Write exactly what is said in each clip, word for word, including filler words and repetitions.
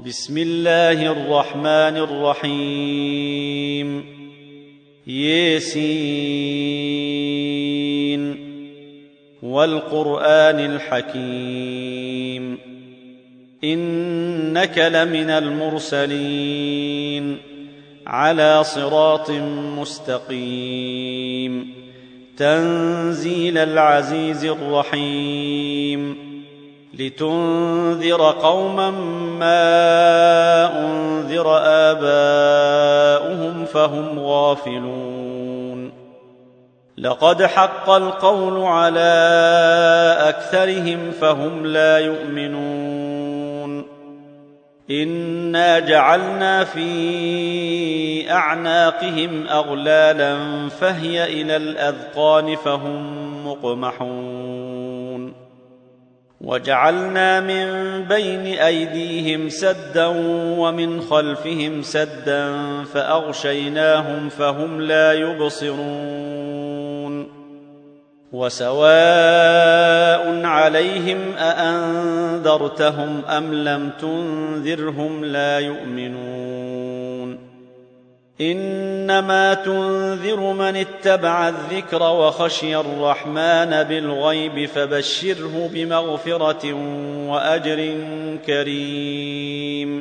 بسم الله الرحمن الرحيم. ياسين والقرآن الحكيم، إنك لمن المرسلين على صراط مستقيم، تنزيل العزيز الرحيم، لتنذر قوما ما أنذر آباؤهم فهم غافلون. لقد حق القول على أكثرهم فهم لا يؤمنون. إنا جعلنا في أعناقهم أغلالا فهي إلى الأذقان فهم مقمحون. وجعلنا من بين أيديهم سدا ومن خلفهم سدا فأغشيناهم فهم لا يبصرون. وسواء عليهم أأنذرتهم أم لم تنذرهم لا يؤمنون. إنما تنذر من اتبع الذكر وخشي الرحمن بالغيب فبشره بمغفرة وأجر كريم.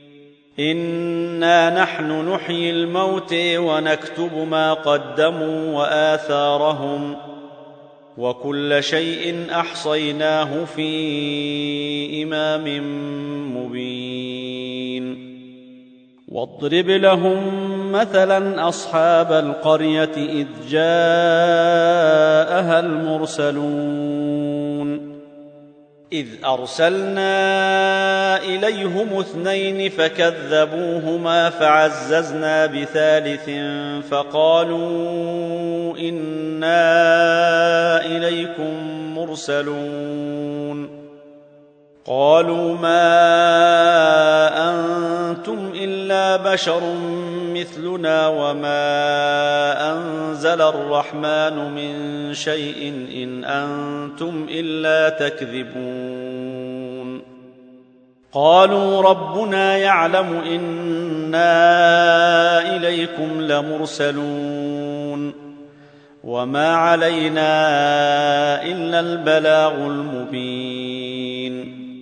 إنا نحن نحيي الموتى ونكتب ما قدموا وآثارهم، وكل شيء أحصيناه في إمام مبين. واضرب لهم مثلا أصحاب القرية إذ جاءها المرسلون إذ أرسلنا إليهم اثنين فكذبوهما فعززنا بثالث فقالوا إنا إليكم مرسلون. قالوا ما أنتم إلا بشر مثلنا وما أنزل الرحمن من شيء إن أنتم إلا تكذبون. قالوا ربنا يعلم إنا إليكم لمرسلون وما علينا إلا البلاغ المبين.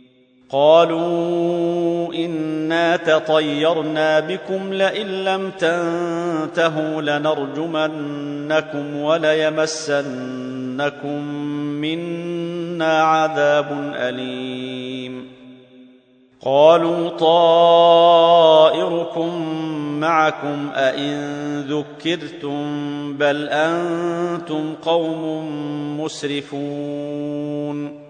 قالوا إنا تطيرنا بكم لئن لم تنتهوا لنرجمنكم وليمسنكم منا عذاب أليم. قالوا طائركم معكم أئن ذكرتم بل أنتم قوم مسرفون.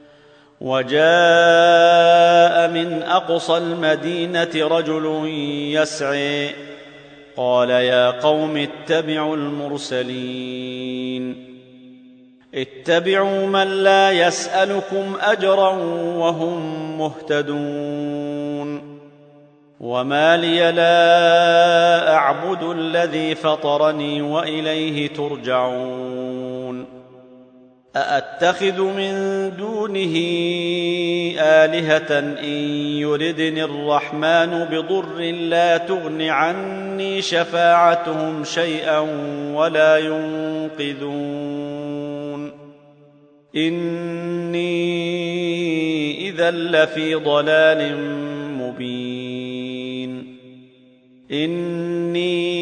وجاء من أقصى المدينة رجل يسعى قال يا قوم اتبعوا المرسلين اتبعوا من لا يسألكم أجرا وهم مهتدون. وما لي لا أعبد الذي فطرني وإليه ترجعون. أأتخذ من دونه آلهة إن يردني الرحمن بضر لا تغن عني شفاعتهم شيئا ولا ينقذون. إني إذا لفي ضلال مبين. إني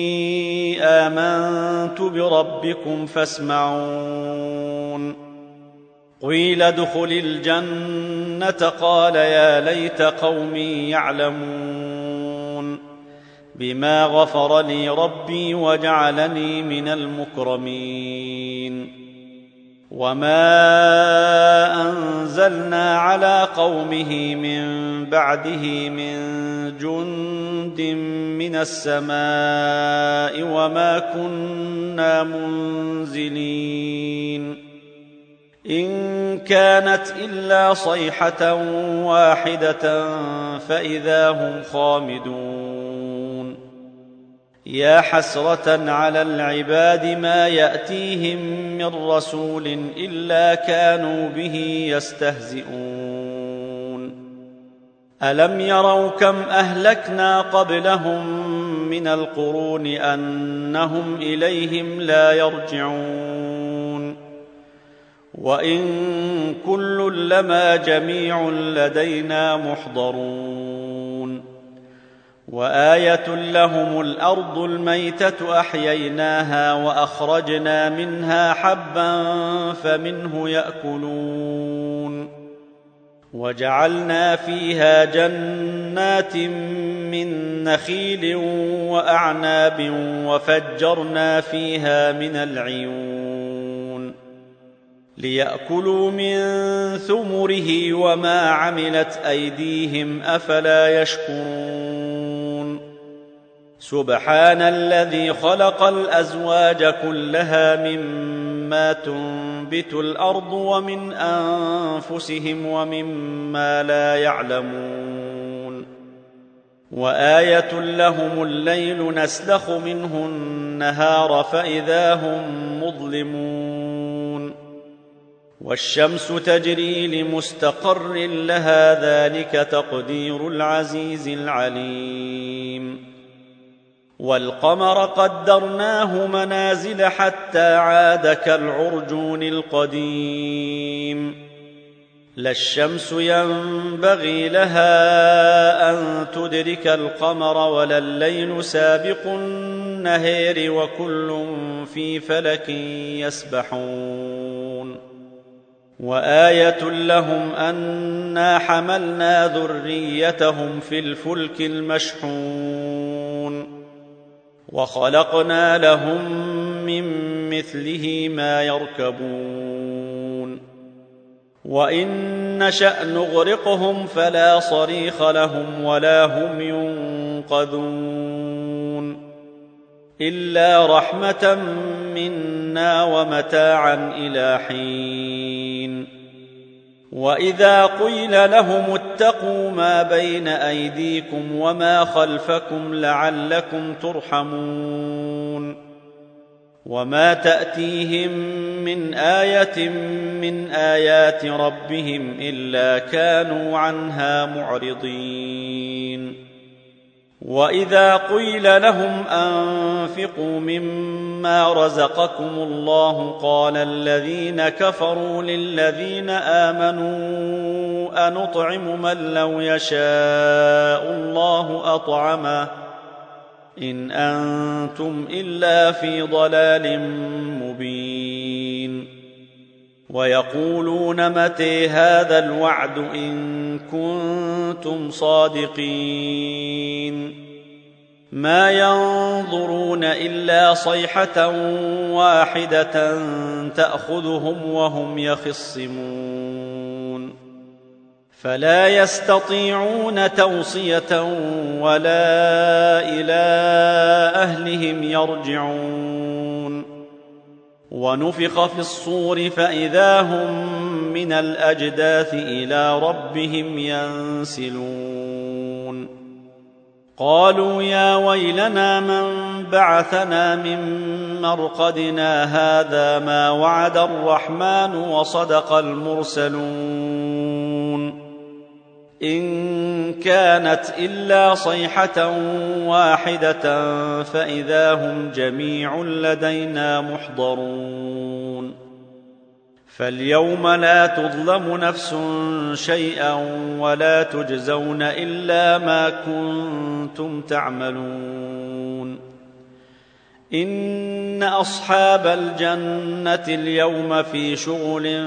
آمنت بربكم فاسمعون. قيل ادخل الجنة قال يا ليت قومي يعلمون بما غفر لي ربي وجعلني من المكرمين. وما أنزلنا على قومه من بعده من جند من السماء وما كنا منزلين. إن كانت إلا صيحة واحدة فإذا هم خامدون. يا حسرة على العباد ما يأتيهم من رسول إلا كانوا به يستهزئون. ألم يروا كم أهلكنا قبلهم من القرون أنهم إليهم لا يرجعون وإن كل لما جميع لدينا محضرون وآية لهم الأرض الميتة أحييناها وأخرجنا منها حبا فمنه يأكلون وجعلنا فيها جنات من نخيل وأعناب وفجرنا فيها من العيون ليأكلوا من ثمره وما عملت أيديهم أفلا يشكرون سبحان الذي خلق الأزواج كلها مما تنبت الأرض ومن أنفسهم ومما لا يعلمون وآية لهم الليل نسلخ منه النهار فإذا هم مظلمون والشمس تجري لمستقر لها ذلك تقدير العزيز العليم والقمر قدرناه منازل حتى عاد كالعرجون القديم لا الشمس ينبغي لها أن تدرك القمر ولا الليل سابق النهار وكل في فلك يسبحون وآية لهم أنا حملنا ذريتهم في الفلك المشحون وخلقنا لهم من مثله ما يركبون وإن نشأ نغرقهم فلا صريخ لهم ولا هم ينقذون إلا رحمة منا ومتاعا إلى حين وإذا قيل لهم اتقوا ما بين أيديكم وما خلفكم لعلكم ترحمون وما تأتيهم من آية من آيات ربهم إلا كانوا عنها معرضين وإذا قيل لهم أنفقوا مما رزقكم الله قال الذين كفروا للذين آمنوا أنطعم من لو يشاء الله أطعمه إن أنتم إلا في ضلال مبين ويقولون متى هذا الوعد إن كنتم صادقين ما ينظرون إلا صيحة واحدة تأخذهم وهم يخصمون فلا يستطيعون توصية ولا إلى أهلهم يرجعون ونفخ في الصور فإذا هم من الأجداث إلى ربهم ينسلون قالوا يا ويلنا من بعثنا من مرقدنا هذا ما وعد الرحمن وصدق المرسلون إن كانت إلا صيحة واحدة فإذا هم جميع لدينا محضرون فاليوم لا تظلم نفس شيئا ولا تجزون إلا ما كنتم تعملون إن أصحاب الجنة اليوم في شغل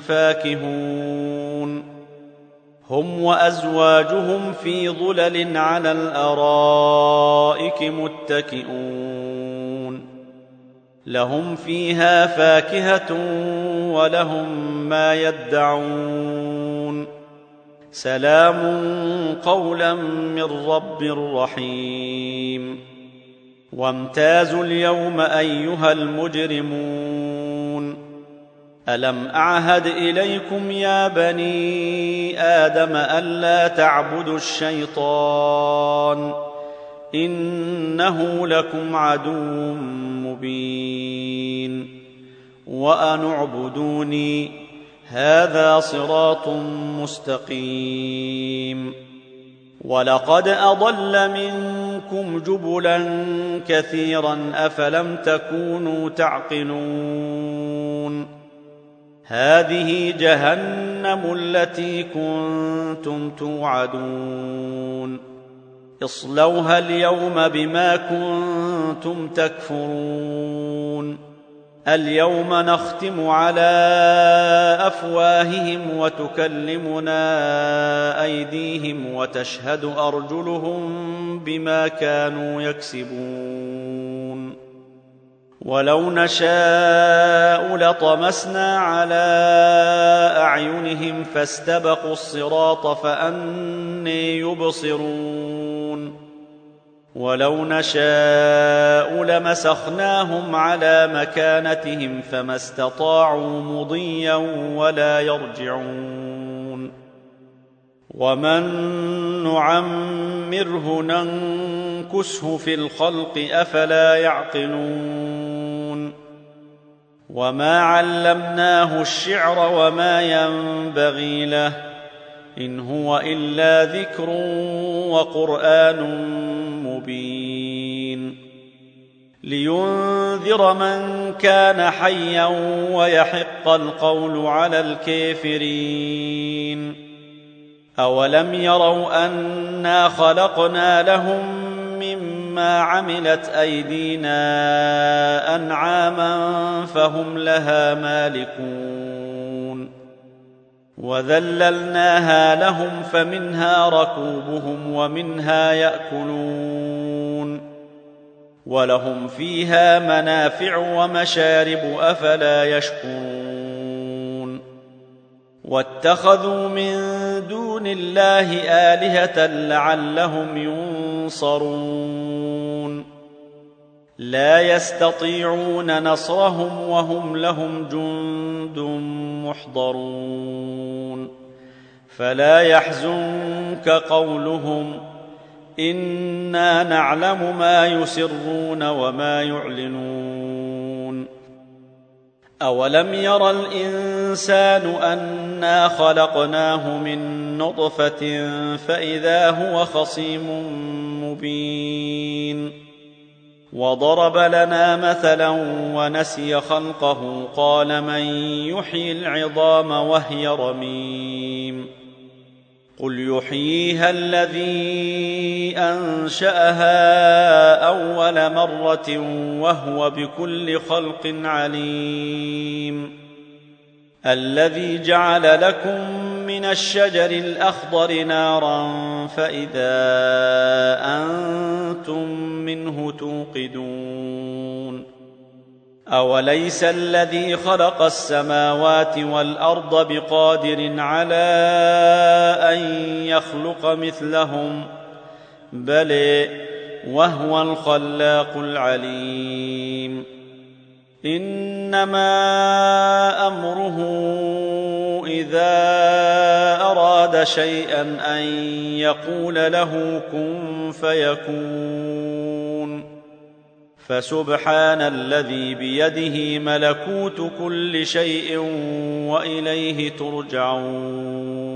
فاكهون هم وأزواجهم في ظلل على الأرائك متكئون لهم فيها فاكهة ولهم ما يدعون سلام قولا من رب رحيم وامتازوا اليوم أيها المجرمون ألم أعهد إليكم يا بني آدم ألا تعبدوا الشيطان إنه لكم عدو مبين وأن اعبدوني هذا صراط مستقيم ولقد أضل منكم جبلا كثيرا أفلم تكونوا تعقلون هذه جهنم التي كنتم توعدون اصلوها اليوم بما كنتم تكفرون اليوم نختم على أفواههم وتكلمنا أيديهم وتشهد أرجلهم بما كانوا يكسبون ولو نشاء لطمسنا على أعينهم فاستبقوا الصراط فأنى يبصرون ولو نشاء لمسخناهم على مكانتهم فما استطاعوا مضيا ولا يرجعون ومن نعمره ننكسه في الخلق أفلا يعقلون وما علمناه الشعر وما ينبغي له إن هو إلا ذكر وقرآن مبين لينذر من كان حيا ويحق القول على الكافرين أولم يروا أنا خلقنا لهم مما عملت أيدينا أنعاما فهم لها مالكون وذللناها لهم فمنها ركوبهم ومنها يأكلون ولهم فيها منافع ومشارب أفلا يشكرون واتخذوا من دون الله آلهة لعلهم ينصرون لا يستطيعون نصرهم وهم لهم جند محضرون فلا يحزنك قولهم إنا نعلم ما يسرون وما يعلنون أولم ير الإنسان أنا خلقناه من نطفة فإذا هو خصيم مبين وضرب لنا مثلا ونسي خلقه قال من يحيي العظام وهي رميم قل يحييها الذي أنشأها أول مرة وهو بكل خلق عليم الذي جعل لكم من الشجر الأخضر نارا فإذا أنتم منه توقدون أوليس الذي خلق السماوات والأرض بقادر على أن يخلق مثلهم بل وهو الخلاق العليم إنما أمره إذا أراد شيئا أن يقول له كن فيكون فسبحان الذي بيده ملكوت كل شيء وإليه ترجعون